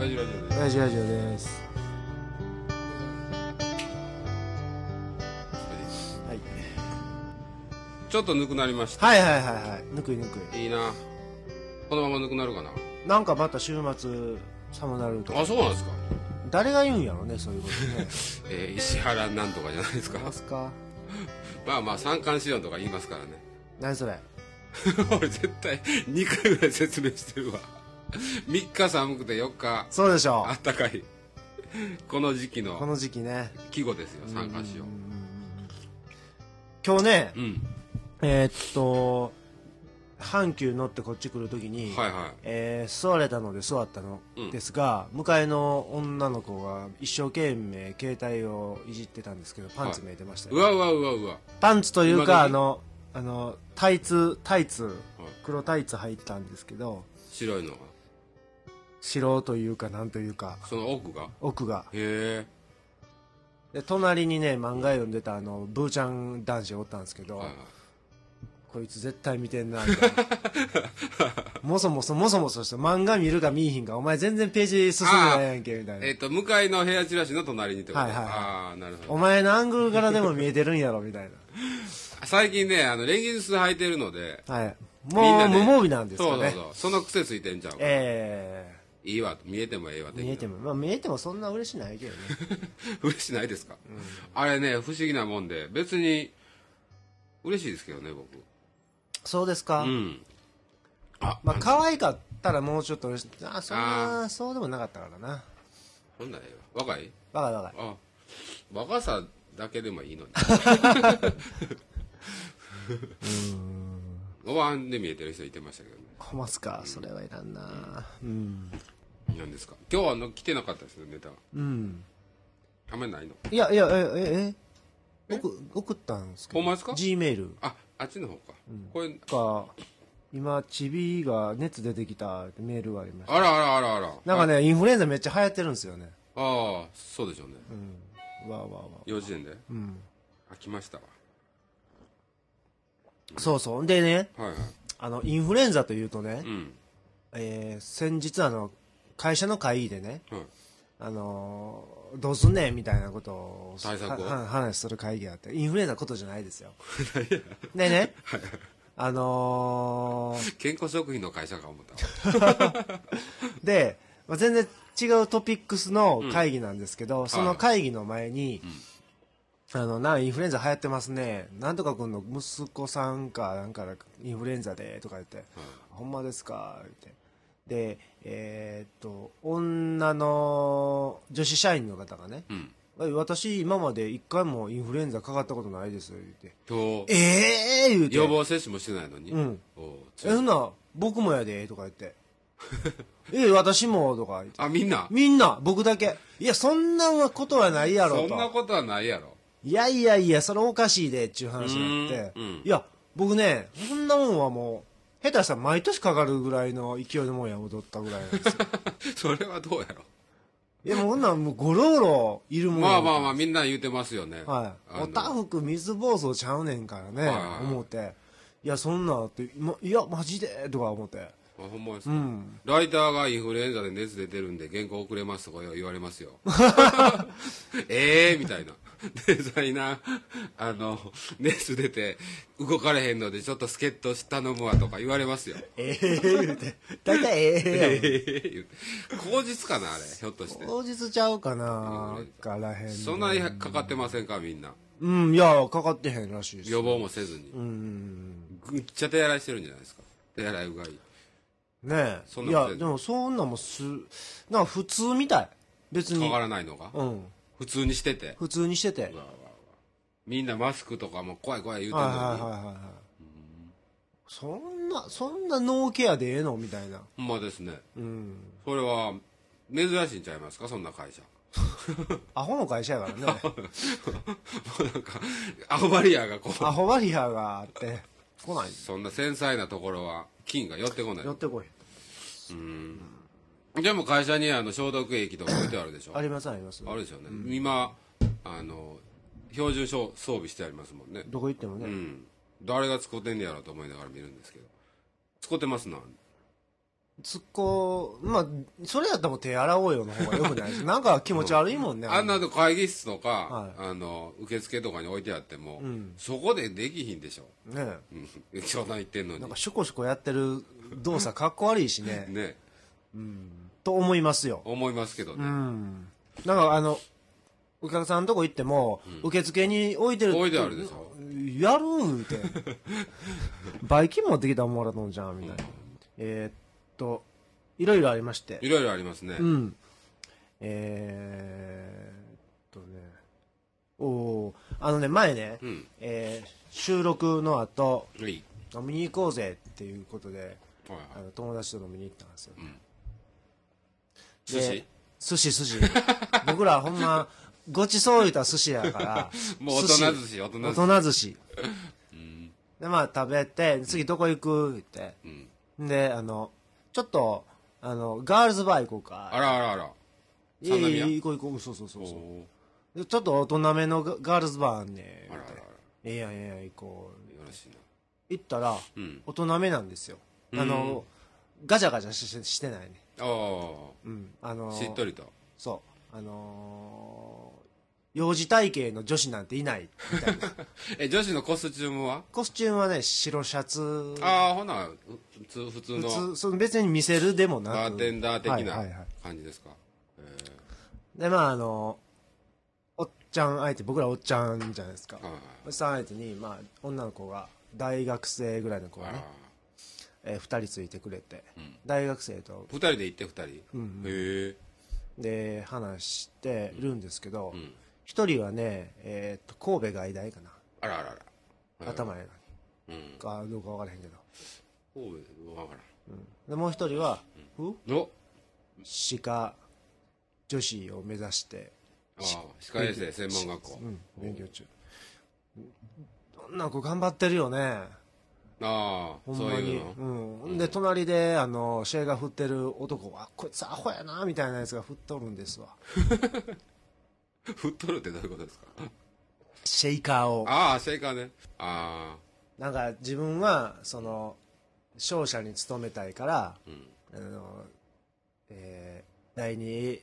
親父ラジオです。 親父ラジオです。はい。 ちょっとぬくなりました。 はいはいはいはい。ぬくいぬくい。 いいな。このままぬくなるかな。 なんかまた週末寒なるとか。 あ、そうなんですか。 誰が言うんやろね、そういうことね。石原なんとかじゃないですか。 ますか。 まあまあ三寒四温とか言いますからね。 何それ。 俺絶対2回ぐらい説明してるわ。3日寒くて4日そうでしょう。 あったかい。この時期のこの時期ね。 季語ですよ、三寒四温。 今日ね、 うん。 阪急乗ってこっち来るときに、 はいはい。 座れたので座ったのですが、向かいの女の子が一生懸命携帯をいじってたんですけど、パンツ見えてましたよ、ね。 うわうわうわうわ。 パンツというかタイツ、黒タイツ履いてたんですけど、 白いのが白というかなんというか、 その奥がへえ。で隣にね漫画読んでたブーちゃん男子おったんですけど、はいはい、こいつ絶対見てんなみたいなもそもそして漫画見るか見いひんか、お前全然ページ進んでないやんけみたいな。 向かいの部屋チラシの隣にってこと。 はいはい、 ああなるほど。 お前のアングルからでも見えてるんやろみたいな最近ねレギンス履いてるので、 はい、もう無防備なんですよね。 そうその癖ついてんちゃうかな。いいわ、見えてもええわ。 見えてもそんな嬉しないけどね嬉しないですか、うん、あれね不思議なもんで別に嬉しいですけどね僕。 そうですか。うん。まあ可愛かったらもうちょっと嬉しい。そうでもなかったからな。 そんなんええわ。若い若さだけでもいいのにおばんで見えてる人いてましたけどね。 ほますか、それはいらんな。 何ですか今日は来てなかったですよネタ。あんまりないの。 いや送ったんですけど。 ほんまですか。 G メール。 あっちの方か、これか今チビが熱出てきたってメールがありました。 あらなんかね、インフルエンザめっちゃ流行ってるんですよね。 ああそうでしょうね。幼稚園で来ましたわ。 そうそうでね、インフルエンザというとね、先日会社の会議でね、どうすんねんみたいなことを話する会議があって、インフルエンザのことじゃないですよでね健康食品の会社か思ったで、全然違うトピックスの会議なんですけど、その会議の前に、インフルエンザ流行ってますね、なんとか君の息子さんかなんかインフルエンザでとか言って、ほんまですかって。で女の女子社員の方がね、私今まで一回もインフルエンザかかったことないです言って言うて、 予防接種もしてないのに、 そんな僕もやでとか言って私もとか言って、みんな僕だけ、いやそんなことはないやろと。 そんなことはないやろ。 いやそれおかしいでっちゅう話になって、いや僕ねそんなもんはもう下手したら毎年かかるぐらいの勢いのもんや踊ったぐらいなんですよそれはどうやろ。 いやもうこんなんもうゴロゴロいるもんや。 まあみんな言うてますよね。 おたふく水暴走ちゃうねんからね、思って、いやそんなっていやマジでとか思って、 ほんまですか、ライターがインフルエンザで熱出てるんで原稿遅れますとか言われますよみたいな。デザイナー熱出て動かれへんのでちょっと助っ人頼むわとか言われますよ。 言うて大体言うて口実かなあれ、ひょっとして口実ちゃうかな。分からへん。 そんなにかかってませんかみんな。 いやかかってへんらしいです。 予防もせずにぐっちゃ手洗いしてるんじゃないですか。手洗いうがいねえ。いやでもそんなもなんか普通みたい。別にかからないのが、普通にしててみんなマスクとかも怖い言うてんのに、 そんなノーケアでええのみたいな。 ほんまですね。それは珍しいんちゃいますかそんな会社アホの会社やからねなんかアホバリアがアホバリアがあって来ない。 そんな繊細なところは菌が寄ってこない。 寄ってこい。 でも会社に消毒液とか置いてあるでしょありますあるでしょうね。 今標準装備してありますもんね。 どこ行ってもね。 誰が使ってんねやろと思いながら見るんですけど、使ってますな。 まあ、それやったらもう手洗おうよの方がよくないですなんか気持ち悪いもんね。 あんなの会議室とか、 は受付とかに置いてあっても、 んそこでできひんでしょ。 ねうん。商談行ってんのに。 なんかシュコシュコやってる動作かっこ悪いしね。 ね。 と思いますよ。 思いますけどね。 なんかお客さんのとこ行っても、受付に置いてる。 置いてあるでしょ。 やるんって。バイキン持ってきたらもらとんじゃん、みたいな。いろいろありまして。 いろいろありますね。 うん。前ね、収録の後、 いい。 飲みに行こうぜっていうことで、 はいはい友達と飲みに行ったんですよ。 寿司寿司。僕らほんま、ごちそう言うたら寿司やから。 もう大人寿司、 大人寿司。で、まあ食べて、次どこ行くって。で、ちょっと、ガールズバー行こうか。 あらあらあら。 三宮行こう。そう。でちょっと大人めのガールズバーあんねん。 あらあらあら。 ええやん行こう。 よろしいな。 行ったら、大人めなんですよ。ガチャガチャしてないね。 しっとりと。 そう。幼児体型の女子なんていないみたいな。 女子のコスチュームは？ コスチュームはね、白シャツ。 ああ、ほな、普通の。 別に見せるでもなく。 バーテンダー的な感じですか。 で、まあおっちゃん相手、僕らおっちゃんじゃないですか。おっさん相手に、まあ、女の子が、大学生ぐらいの子がね、2人ついてくれて、大学生と。 2人で行って2人？へえ。で、話してるんですけど、1人はね、神戸外大かな。 あらあらあら。 頭やのに。かどうか分からへんけど。 神戸、分からん。 で、もう1人は、歯科女子を目指して、 歯科衛生専門学校。 勉強中。女の子頑張ってるよね。 ああ、そういうの。で、隣で、シェーが振ってる男は、こいつアホやな、みたいなやつが振っとるんですわ。 振っとるってどういうことですか？ シェイカーを。 ああ、シェイカーね。 なんか、自分は、商社に勤めたいから、第二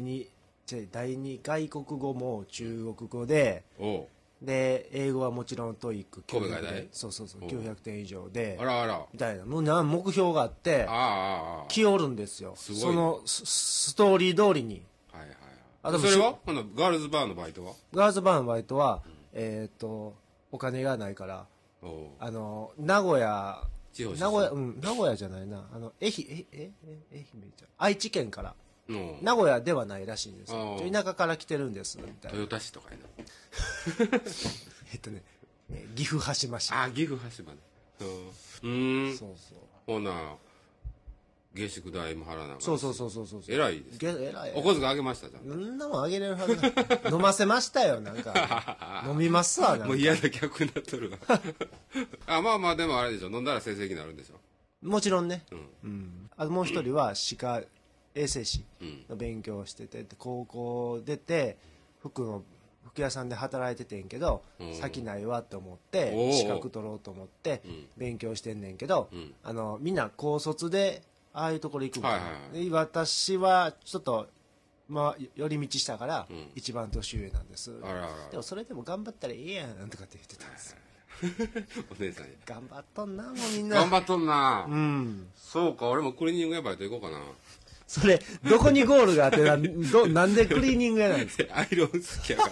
外国語も中国語で、で、英語はもちろんトイック神戸外大？ そう、900点以上で、 あらあら。 みたいな、もう目標があって、来おるんですよ。そのストーリー通りに。 それはガールズバーのバイトは？ ガールズバーのバイトは、お金がないから、名古屋じゃないな、愛媛じゃ愛知県から、名古屋ではないらしいんですよ。田舎から来てるんです、みたいな。 豊田市とかやな。 岐阜羽島市。 岐阜羽島ね。そう。ほな、下宿代も払わなかった。 そう。 偉いです。お小遣いあげましたじゃん。 そんなもんあげれるはずない。飲ませましたよ、なんか。飲みますわ、なんか。 もう嫌な客になっとるわ。まあでもあれでしょ。飲んだら成績になるんでしょ。 もちろんね。もう一人は歯科衛生士の勉強をしてて、高校出て、服屋さんで働いててんけど、先ないわと思って資格取ろうと思って勉強してんねんけど、みんな高卒でああいうところ行くから、私はちょっと寄り道したから一番年上なんです。でもそれでも頑張ったらいいやんとかって言ってたんですよ。 お姉さんや。 頑張っとんな、もうみんな。 頑張っとんな。そうか、俺もクリーニング屋バイト行こうかな。 それ、どこにゴールがあってなんでクリーニング屋なんですか？ アイロン好きやから。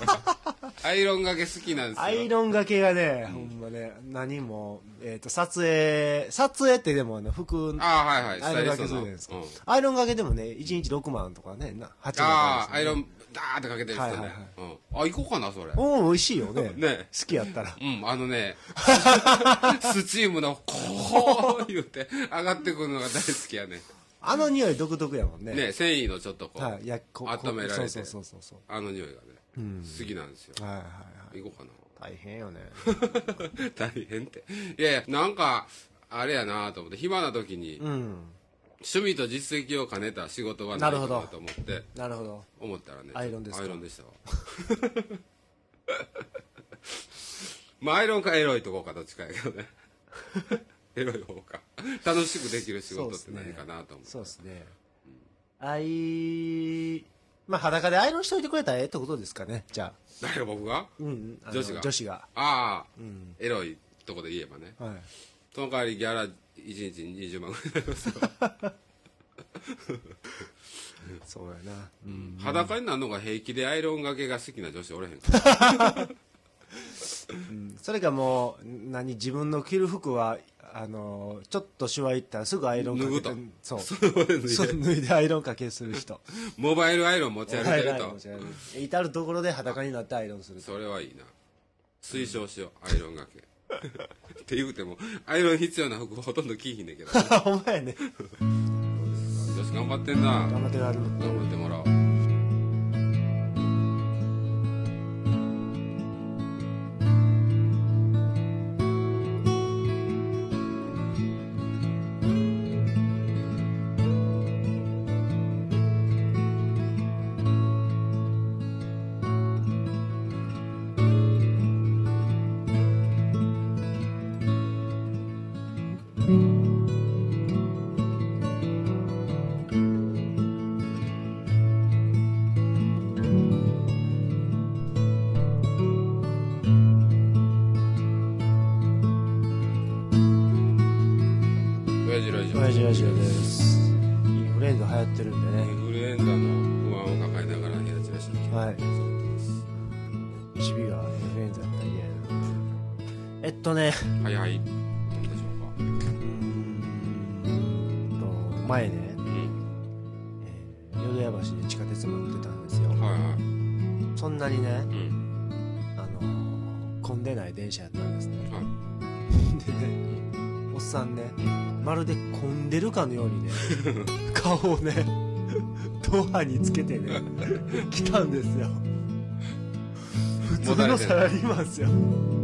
アイロンがけ好きなんですよ。 アイロンがけがね、ほんまね、何も、撮影ってでも服、 アイロンがけするじゃないですか。アイロンがけでもね、1日6万とかね、8万。 アイロン、ダーってかけてる人ね。行こうかな、それ。 美味しいよね。好きやったら。 スチームの、こう言って上がってくるのが大好きやね。 匂い独特やもんね。 繊維のちょっと温められて。 そう。 匂いがね、好きなんですよ。行こうかな。 大変よね。 大変って。いやいや、なんか、あれやなと思って、暇な時に、趣味と実績を兼ねた仕事はないかなと思って、思ったらね、 アイロンですか？ アイロンでしたわ。まあ、アイロンかエロいとこかどっちかやけどね。 エロい方が楽しくできる仕事って何かなと思って。 そうですね。まあ裸でアイロンしといてくれたらええってことですかね、じゃあ。 誰が僕が？女子が。 女子が。 ああ、エロいとこで言えばね。 はい。 その代わりギャラ1日20万ぐらいになりますよ。 そうやな。 裸になるのが平気でアイロンがけが好きな女子おれへんか。 それかもう自分の着る服はちょっとシワいったらすぐアイロンかけて脱ぐとそうそれ脱いでアイロンかけする人モバイルアイロン持ち歩いてると。 至る所で裸になってアイロンするそれはいいな。推奨しよう、アイロンがけ。って言うてもアイロン必要な服ほとんど着いひんねんけど。 ほんまやね。 女子頑張ってんな。 頑張ってる。 頑張ってもらおう。 親父ラジオです。インフルエンザ流行ってるんでね。 インフルエンザの不安を抱えながら部屋チラシにはいチビがインフルエンザやったら嫌やな。 はいはい。何でしょうか。 前ね、淀屋橋で地下鉄乗ってたんですよ。 はいはい。 そんなにね、混んでない電車やったんですね。 はいでね、おっさんね、まるで混んでるかのようにね、顔をね、ドアにつけてね、来たんですよ。普通のサラリーマンですよ。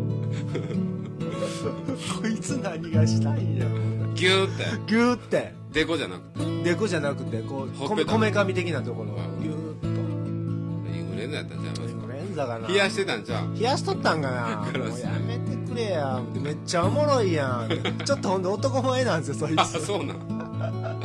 こいつ何がしたいんや。 ギューって。 ギューって。 デコじゃなくて。 デコじゃなくて、こめかみ的なところをギューッと。 インフルエンザやったんちゃいますか。 インフルエンザかな。 冷やしてたんちゃう。 冷やしとったんかな。もうやめてくれや。めっちゃおもろいやん。ちょっとほんで男前なんですよ、そいつ。 あ、そうなん。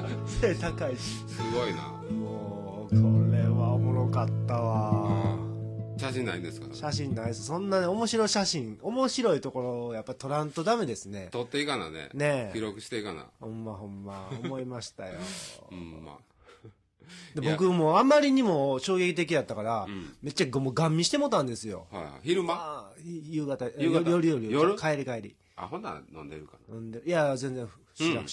背高いし。 すごいな。 もう、これはおもろかったわ。 写真ないんですか。 写真ないです。そんなね、面白いところをやっぱ撮らんとダメですね。 撮っていかなね。 ねえ。 記録していかな。 ほんま、思いましたよ。 まあ。 で僕もあんまりにも衝撃的やったから、めっちゃもうガン見してもたんですよ。 はい。昼間？ 夕方。 夜？ 帰り。 あ、ほんなら飲んでるかな。 いや、全然、シラフ。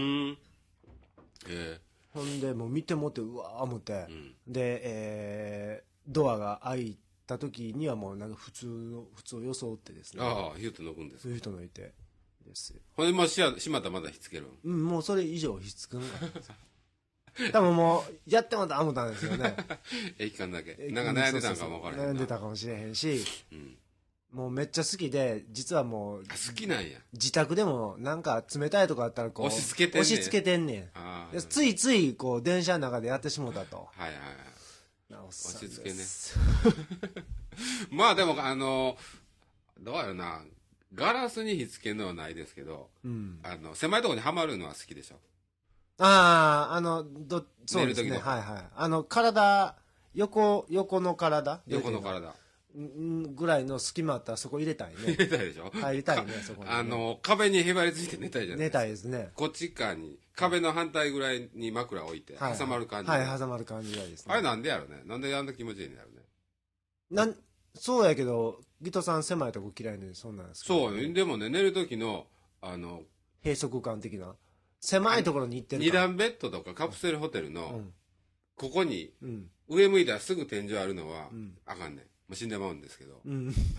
ほんで、もう見てもって、うわー思って。で、ドアが開いた時にはもうなんか普通を装ってですね。 ああ、ヒュッと抜くんです。 そういう人のいて。ですよ。 ほんで、もう閉まったらまだひっつける。 もうそれ以上ひっつくんか。多分もう、やってもた思ったんですよね。 期間だけ。なんか悩んでたんかも分からへん。 悩んでたかもしれへんし、もうめっちゃ好きで、実はもう、 好きなんや。 自宅でもなんか冷たいとかあったらこう、 押し付けてんねん。ついついこう、電車の中でやってしもたと。 はいはいはい。 押し付けね。まあでも、どうやろな、ガラスにひっつけるのはないですけど、狭いところにはまるのは好きでしょ。 そうですね。はいはい。体、横の体ぐらいの隙間あったらそこ入れたいね。 入れたいでしょ。 入りたいね、そこに。 壁にへばりついて寝たいじゃないですか。 寝たいですね。 こっち側に、壁の反対ぐらいに枕置いて、挟まる感じ。 はい、挟まる感じがいいですね。 あれなんでやろね。なんであんな気持ちいいんやろね。 そうやけど、ギトさん狭いとこ嫌いね、そんなんですか。 そう、でもね、寝る時の、 閉塞感的な。狭いところに行ってる二段ベッドとかカプセルホテルの、ここに、上向いたらすぐ天井あるのは、あかんねん。もう死んでまうんですけど。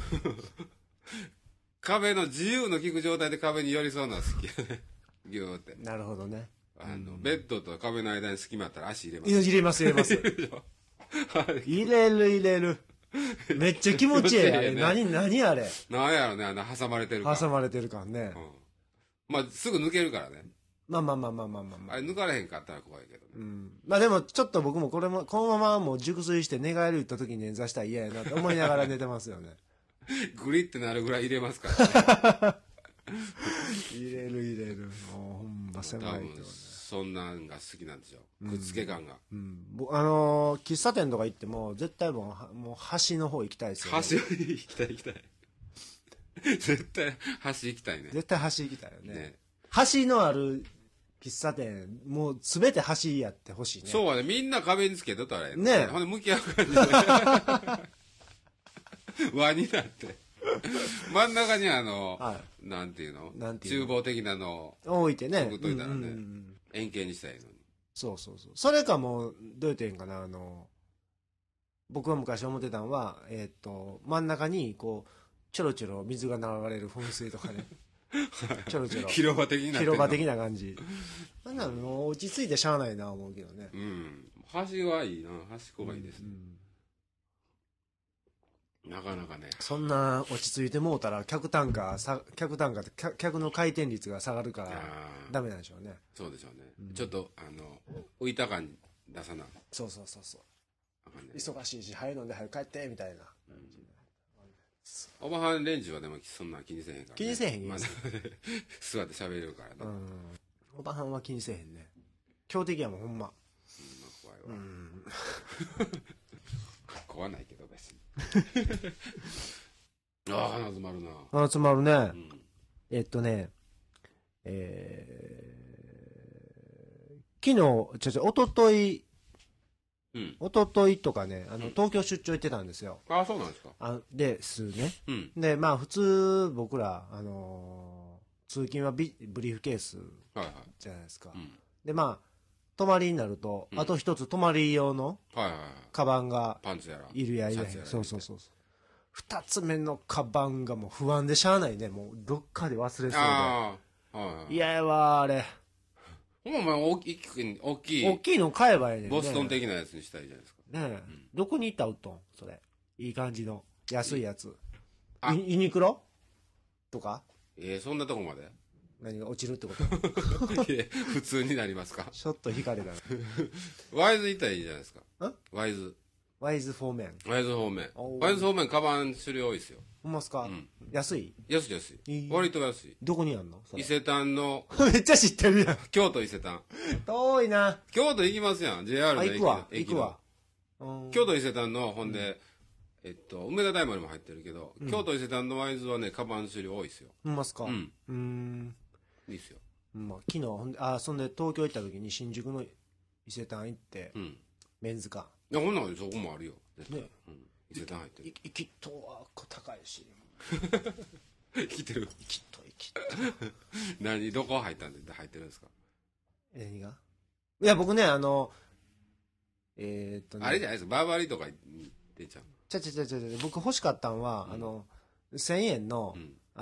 壁の自由の利く状態で壁に寄り添うのは好きやね。ギューって。 なるほどね。 ベッドと壁の間に隙間あったら足入れます。 入れます。入れる。めっちゃ気持ちいい。何あれ。 なんやろね、挟まれてるから。 挟まれてるからね。 まあ、すぐ抜けるからね。 まあ。 あれ抜かれへんかったら怖いけどね。 まあでも、ちょっと僕もこのままもう熟睡して寝返り打った時に捻挫したら嫌やなって思いながら寝てますよね。 グリってなるぐらい入れますからね。 入れる入れる。もうほんま狭いけどね。 そんなんが好きなんですよ。くっつけ感が。 喫茶店とか行っても、絶対もう端の方行きたいですよ、ね。 端行きたい行きたい。絶対端行きたいね。 絶対端行きたいよね。端のある喫茶店、もうすべて端やってほしいね。 そうはね、みんな壁につけとったらええのね。 ほんで向き合う感じで。輪になって。真ん中にはい、 なんていうのなんていうの厨房的なのを置いてね。 作っといたらね、円形にしたらいいのに。 そうそうそう。それかもう、どうやってんかな、僕が昔思ってたのは、真ん中に、こう、ちょろちょろ水が流れる噴水とかね。ちょろちょろ。 広場的になってるの。 広場的な感じ。あんなのもう落ち着いてしゃあないな思うけどね。 うん。端はいいな。端っこがいいです。なかなかね。 そんな落ち着いてもうたら客単価って客の回転率が下がるからダメなんでしょうね。 そうでしょうね。ちょっと浮いた感出さな。 そうそうそうそう。忙しいし早いので早く帰ってみたいな。 おばはんレンジはでもそんな気にせえへんから、ね、 気にせえへんよ、 座って喋れるからね。 おばはんは気にせえへんね。強敵やもんほんま。 怖いわ。怖ないけど別に。ああ鼻詰まるな。 鼻詰まるね。昨日おとといとかね、東京出張行ってたんですよ。 ああ、そうなんですか。 ですね。で、まあ、普通、僕ら、通勤はブリーフケースじゃないですか。で、まあ、泊まりになると、あと一つ泊まり用の、カバンが、 パンツやら。 いるやいや。そうそうそう。二つ目のカバンがもう不安でしゃあないね。もう、どっかで忘れそうで。嫌やわ、あれ。 お前大きいの買えばいいね。 ボストン的なやつにしたいじゃないですか。 ねえ。どこに行ったら売っとんそれ。いい感じの。安いやつ。ユニクロとかそんなとこまで何が落ちるってこと普通になりますか。 ちょっと引かれたな。 ワイズ行ったらいいじゃないですか。ワイズフォーメン。ワイズフォーメン、カバン種類多いですよ。 ほんますか安い安い。割と安い。 どこにあんの伊勢丹の。 めっちゃ知ってるやん。 京都伊勢丹。 遠いな。 京都行きますやん。JR の駅の。 行くわ。 京都伊勢丹の、ほんで、梅田大丸も入ってるけど、京都伊勢丹のワイズはね、カバン種類多いですよ。 ほんますかいいっすよ。昨日、そんで東京行った時に新宿の伊勢丹行って、メンズか。 いや、ほんならそこもあるよ。ね。伊勢丹入ってる。 生きとは高いし。 生きてる。 生きと。 どこ入ったんで入ってるんですか。 何がいや、僕ね、あれじゃないですか。バーバリーとか出ちゃう。 僕欲しかったんは、1000円の、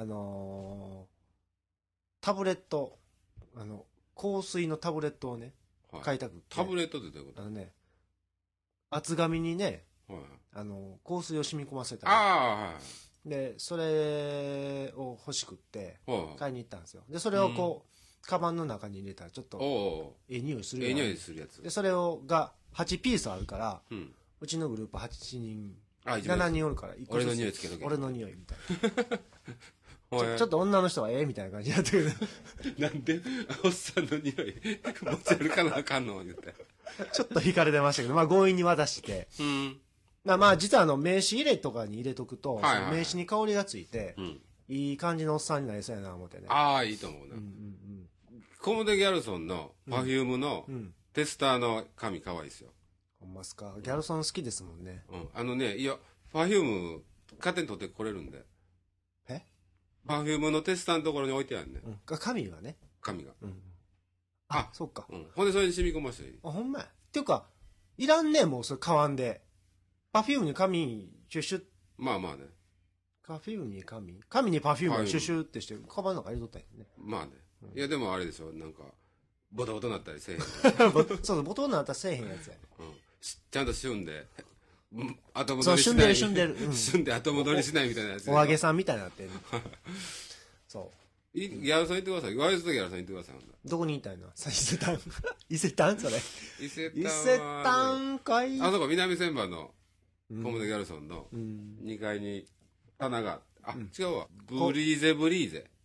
タブレット、香水のタブレットをね、買いたくて。 タブレットってどういうこと厚紙にね、香水を染み込ませた。で、それを欲しくって、買いに行ったんですよ。で、それをこう、カバンの中に入れたら、ちょっと、匂いするよ。 匂いするやつ。 で、それが8ピースあるから、うちのグループ8人、7人おるから、 俺の匂いつけとけ。 俺の匂いみたいな。ちょっと女の人はみたいな感じになってる。 なんで、おっさんの匂い、持ち歩かなあかんの言って。 ちょっと惹かれてましたけど、まあ強引に渡して。まあ実は名刺入れとかに入れとくと、名刺に香りがついて、いい感じのおっさんになりそうやな思ってね。 いいと思うな。コムデ・ギャルソンのパフュームのテスターの紙かわいいですよ。 ほんますか。ギャルソン好きですもんね。 いや、パフューム勝手に取ってこれるんで。パフュームのテスターのところに置いてあるね。 紙がね。 紙が。 そっか。 ほんでそれに染み込ませていい。 ほんまや。っていうか、いらんねもうそれ買わんで。パフュームに紙、シュッシュッ。 まあまあね。 パフュームに紙にパフュームをシュッシュッってして、カバンの中入れとったんやね。 まあね。いやでもあれでしょ、なんか、ボタボタなったりせえへん。 そう、ボタボタなったらせえへんやつや。 ちゃんと旬で、後戻りしない。 旬でる。 旬で後戻りしないみたいなやつ。 お揚げさんみたいになってる。そう。 ギャルさん言ってください。ワイズとギャルさん言ってください。 どこにいたいの伊勢丹伊勢丹それ。 伊勢丹かい。 そこ南千葉のコムデ・ギャルソンの2階に棚が、違うわ。ブリーゼ。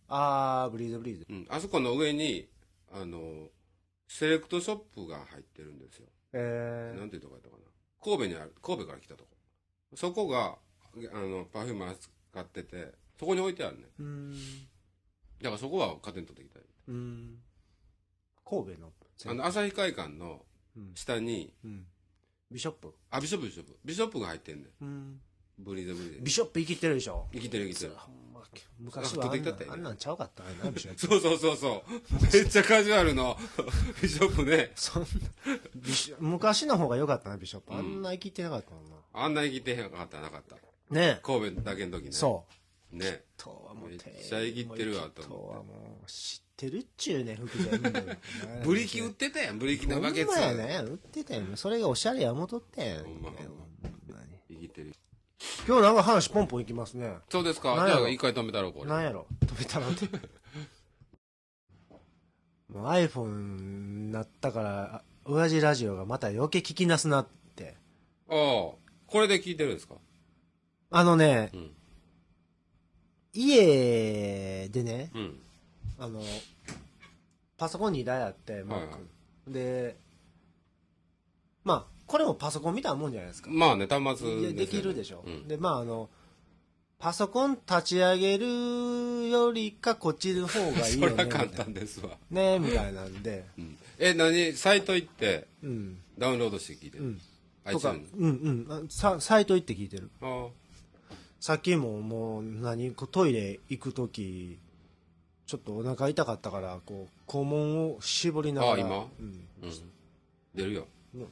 ああ、ブリーズブリーズ。 うん、あそこの上にセレクトショップが入ってるんですよ。なんていうとこやったかな、神戸にある、神戸から来たとこ、そこがパフューム扱ってて、そこに置いてあるね。だからそこは勝手に取ってきたい。 神戸の旭会館の下に、 ビショップ、 ビショップが入ってんねん。ブリーズブリーズビショップ生きてるでしょ。 生きてる昔はあんなんちゃうかったな、ビショップ。 そうめっちゃカジュアルのビショップね。 そんな昔の方が良かったな、ビショップ。あんな生きてなかったもんな。 あんな生きてへんかったらなかった。 ね、 神戸だけの時ね。 そうね、めっちゃ生きてるわと思って。 もう知ってるっちゅうね、服全部ブリキ売ってたやん、ブリキのバケツ。 ほんまやね、売ってたやん。それがおしゃれやもとってん。 ほんま生きてる。 今日なんか話ポンポンいきますね。 そうですか。じゃあ一回止めたろこれ。 なんやろ止めたろってもう iPhone になったから親父ラジオがまた余計聞きなすなって。 ああ、これで聞いてるんですか。 家でね、パソコン2台あって、で、まあこれもパソコンみたいなもんじゃないですか。 まあね、端末できるでしょ。で、まあパソコン立ち上げるよりかこっちの方がいいよね。 それは簡単ですわ。 ねみたいなんで。 サイト行ってダウンロードして聞いてる。 とか、サイト行って聞いてる。さっきもうトイレ行くときちょっとお腹痛かったからこう肛門を絞りながら。 今出るよ。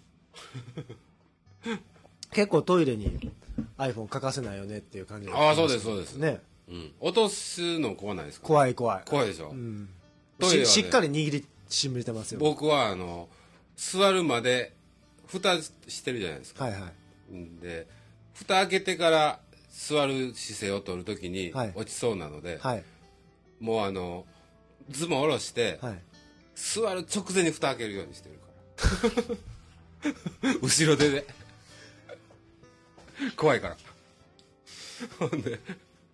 結構トイレに iPhone 欠かせないよねっていう感じで。 そうですね。落とすの怖ないですか。 怖い怖いでしょ。 しっかり握りしめてますよ。 僕は座るまで蓋してるじゃないですか。で蓋開けてから座る姿勢を取るときに落ちそうなので、もうズボン下ろして、座る直前に蓋開けるようにしてるから後ろ手で怖いからほんで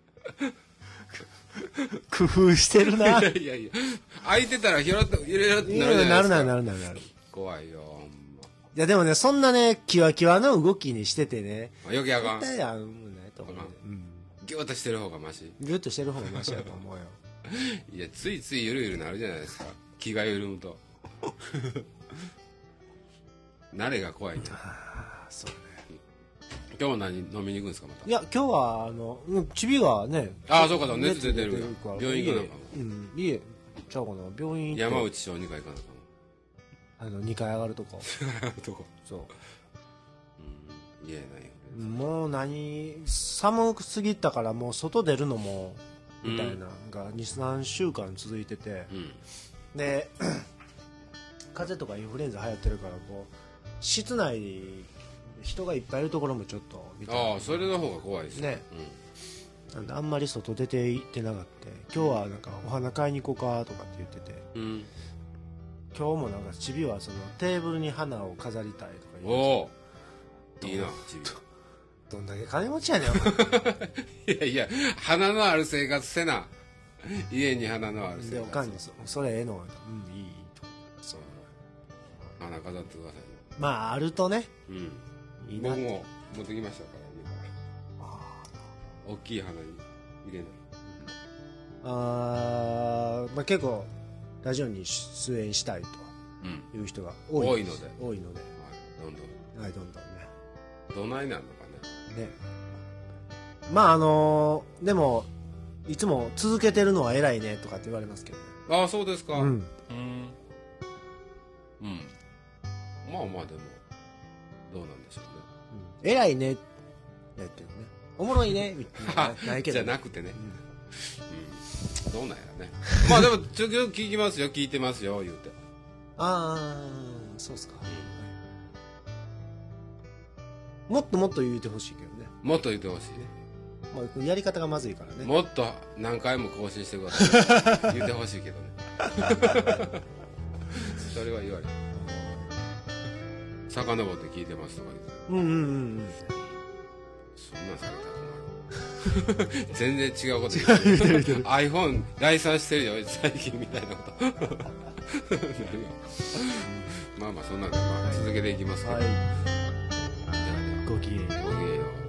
工夫してるな。 いや開いてたらひょろっと入れろってなるじゃないですか。なる怖いよほんま。 いやでもね、そんなねキワキワの動きにしててね、 余計あかん。 絶対ないと思う。 ギュッとしてる方がマシ。 ギュッとしてる方がマシやと思うよ。 いやついついゆるゆるなるじゃないですか、気が緩むと慣れが怖いね。 そうね。 今日は何飲みに行くんですかまた。 いや今日はチビがね、 そうか熱出てるから病院行かなあかん。 家ちゃうかな、病院山内小児科行かなあかん。 2階上がるとこそう、 家ないよ。 もう寒すぎたからもう外出るのもみたいなのが 2,3 週間続いてて、で風邪とかインフルエンザ流行ってるからこう室内人がいっぱいいるところもちょっとみたいな。 それの方が怖いですね。 なんであんまり外出て行ってなかった。今日はなんかお花買いに行こうかとかって言ってて、今日もなんかチビはそのテーブルに花を飾りたいとか言って。 いいなチビ。 どんだけ金持ちやねんいや花のある生活せな。家に花のある生活でおかんにそれええのいいと。 そう花飾ってくださいよ。 まああるとね、いいな。 僕も持ってきましたから家から大きい花に入れない。 まあ結構ラジオに出演したいという人が多いので、どんどんね。 どないなんのかね。 まあでもいつも続けてるのは偉いねとかって言われますけどね。 そうですか。まあまあでもどうなんでしょうね。偉いねって言ってね、おもろいねみたいなないけどじゃなくてね。どうなんやね。まあでもちょっと聞いてますよ言うて。 そうっすか。もっともっと言うてほしいけどね。 もっと言ってほしい。 まあやり方がまずいからね。 もっと何回も更新してください。言ってほしいけどね。それは言われる。遡って聞いてますとか言って。そんなんされたら困る。 全然違うこと言ってる。iPhone 来産してるよ最近みたいなことなるよ。まあまあそんなんで、まあ、続けていきますけど、 はい、 じゃあね、 ごきげんよう。 ごきげんよう。